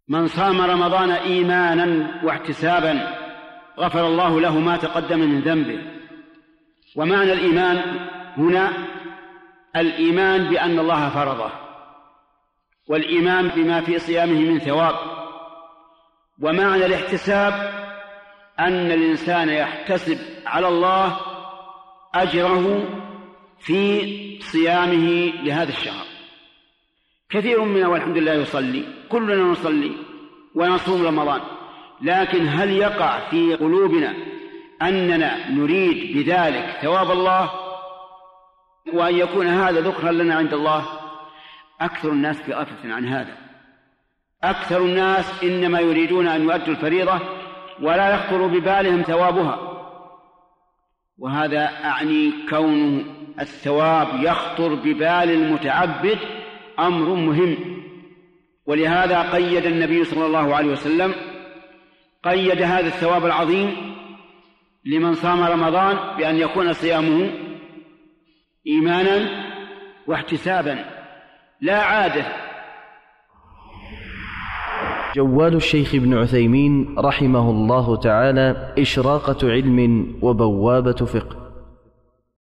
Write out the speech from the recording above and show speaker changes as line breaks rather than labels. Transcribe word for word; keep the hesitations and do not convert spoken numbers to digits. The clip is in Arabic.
من صام رمضان إيمانا واحتسابا غفر الله له ما تقدم من ذنبه. ومعنى الإيمان هنا الإيمان بأن الله فرضه، والإيمان بما في صيامه من ثواب. ومعنى الاحتساب أن الإنسان يحتسب على الله أجره في صيامه لهذا الشهر. كثير منا والحمد لله يصلي، كلنا نصلي ونصوم رمضان، لكن هل يقع في قلوبنا أننا نريد بذلك ثواب الله وأن يكون هذا ذكرا لنا عند الله؟ أكثر الناس في غفلة عن هذا. أكثر الناس إنما يريدون أن يؤدوا الفريضة ولا يخطر ببالهم ثوابها، وهذا أعني كون الثواب يخطر ببال المتعبد أمر مهم. ولهذا قيد النبي صلى الله عليه وسلم قيد هذا الثواب العظيم لمن صام رمضان بأن يكون صيامه إيمانا واحتسابا لا عادة.
جوال الشيخ ابن عثيمين رحمه الله تعالى: إشراقة علم وبوابة فقه.